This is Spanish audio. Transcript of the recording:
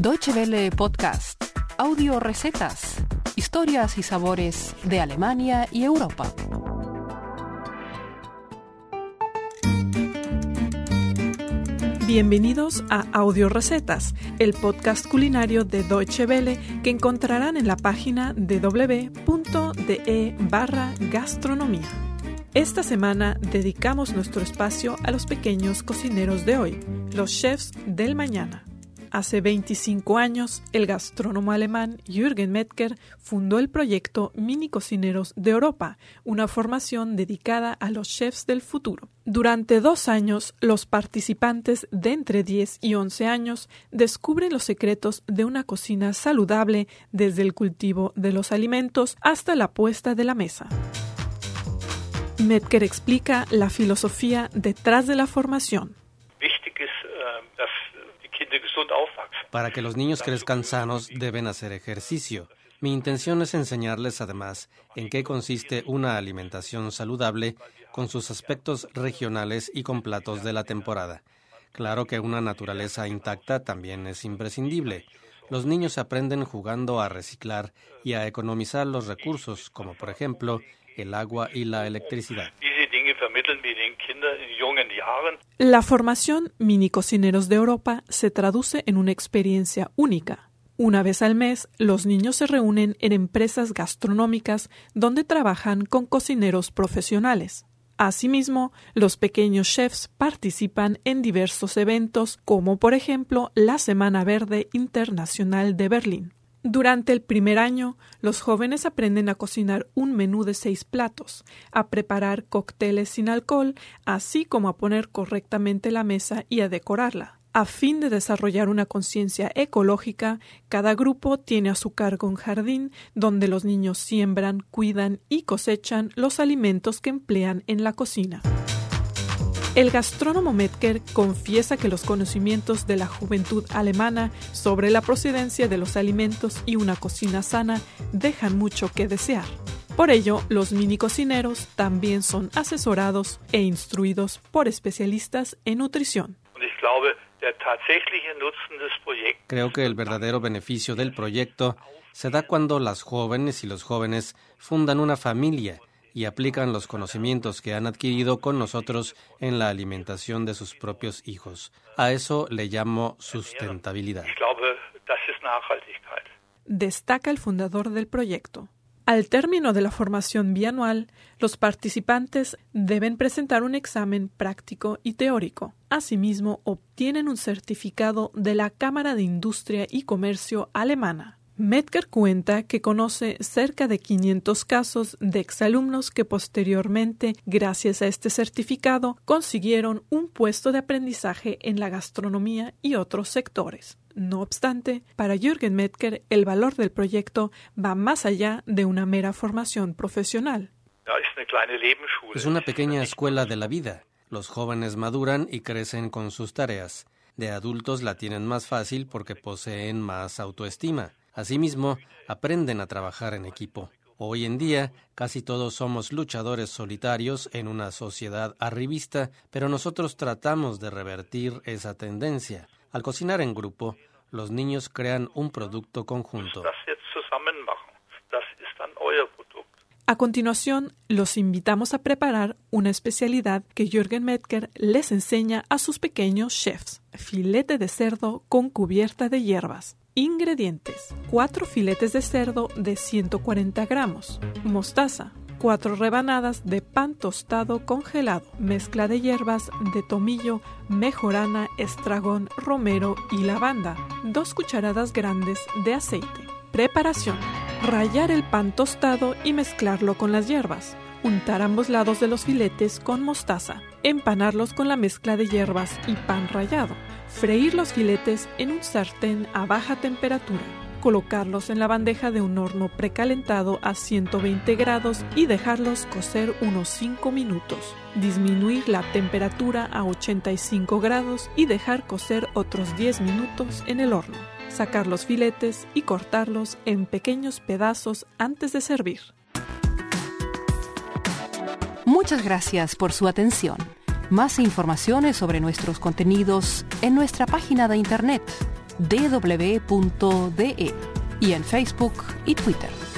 Deutsche Welle Podcast. Audio recetas. Historias y sabores de Alemania y Europa. Bienvenidos a Audio Recetas, el podcast culinario de Deutsche Welle que encontrarán en la página www.de/gastronomía. Esta semana dedicamos nuestro espacio a los pequeños cocineros de hoy, los chefs del mañana. Hace 25 años, el gastrónomo alemán Jürgen Mettger fundó el proyecto Mini Cocineros de Europa, una formación dedicada a los chefs del futuro. Durante 2 años, los participantes de entre 10 y 11 años descubren los secretos de una cocina saludable desde el cultivo de los alimentos hasta la puesta de la mesa. Mettger explica la filosofía detrás de la formación. Para que los niños crezcan sanos, deben hacer ejercicio. Mi intención es enseñarles además en qué consiste una alimentación saludable con sus aspectos regionales y con platos de la temporada. Claro que una naturaleza intacta también es imprescindible. Los niños aprenden jugando a reciclar y a economizar los recursos, como por ejemplo el agua y la electricidad. La formación Mini Cocineros de Europa se traduce en una experiencia única. Una vez al mes, los niños se reúnen en empresas gastronómicas donde trabajan con cocineros profesionales. Asimismo, los pequeños chefs participan en diversos eventos, como por ejemplo la Semana Verde Internacional de Berlín. Durante el primer año, los jóvenes aprenden a cocinar un menú de 6 platos, a preparar cócteles sin alcohol, así como a poner correctamente la mesa y a decorarla. A fin de desarrollar una conciencia ecológica, cada grupo tiene a su cargo un jardín donde los niños siembran, cuidan y cosechan los alimentos que emplean en la cocina. El gastrónomo Mettger confiesa que los conocimientos de la juventud alemana sobre la procedencia de los alimentos y una cocina sana dejan mucho que desear. Por ello, los mini cocineros también son asesorados e instruidos por especialistas en nutrición. Creo que el verdadero beneficio del proyecto se da cuando las jóvenes y los jóvenes fundan una familia y aplican los conocimientos que han adquirido con nosotros en la alimentación de sus propios hijos. A eso le llamo sustentabilidad. Destaca el fundador del proyecto. Al término de la formación bianual, los participantes deben presentar un examen práctico y teórico. Asimismo, obtienen un certificado de la Cámara de Industria y Comercio alemana. Mettger cuenta que conoce cerca de 500 casos de exalumnos que posteriormente, gracias a este certificado, consiguieron un puesto de aprendizaje en la gastronomía y otros sectores. No obstante, para Jürgen Mettger, el valor del proyecto va más allá de una mera formación profesional. Es una pequeña escuela de la vida. Los jóvenes maduran y crecen con sus tareas. De adultos la tienen más fácil porque poseen más autoestima. Asimismo, aprenden a trabajar en equipo. Hoy en día, casi todos somos luchadores solitarios en una sociedad arribista, pero nosotros tratamos de revertir esa tendencia. Al cocinar en grupo, los niños crean un producto conjunto. A continuación, los invitamos a preparar una especialidad que Jürgen Mettger les enseña a sus pequeños chefs: filete de cerdo con cubierta de hierbas. Ingredientes: 4 filetes de cerdo de 140 gramos, mostaza, 4 rebanadas de pan tostado congelado, mezcla de hierbas de tomillo, mejorana, estragón, romero y lavanda, 2 cucharadas grandes de aceite. Preparación: rallar el pan tostado y mezclarlo con las hierbas. Untar ambos lados de los filetes con mostaza. Empanarlos con la mezcla de hierbas y pan rallado. Freír los filetes en un sartén a baja temperatura. Colocarlos en la bandeja de un horno precalentado a 120 grados y dejarlos cocer unos 5 minutos. Disminuir la temperatura a 85 grados y dejar cocer otros 10 minutos en el horno. Sacar los filetes y cortarlos en pequeños pedazos antes de servir. Muchas gracias por su atención. Más informaciones sobre nuestros contenidos en nuestra página de internet dw.de y en Facebook y Twitter.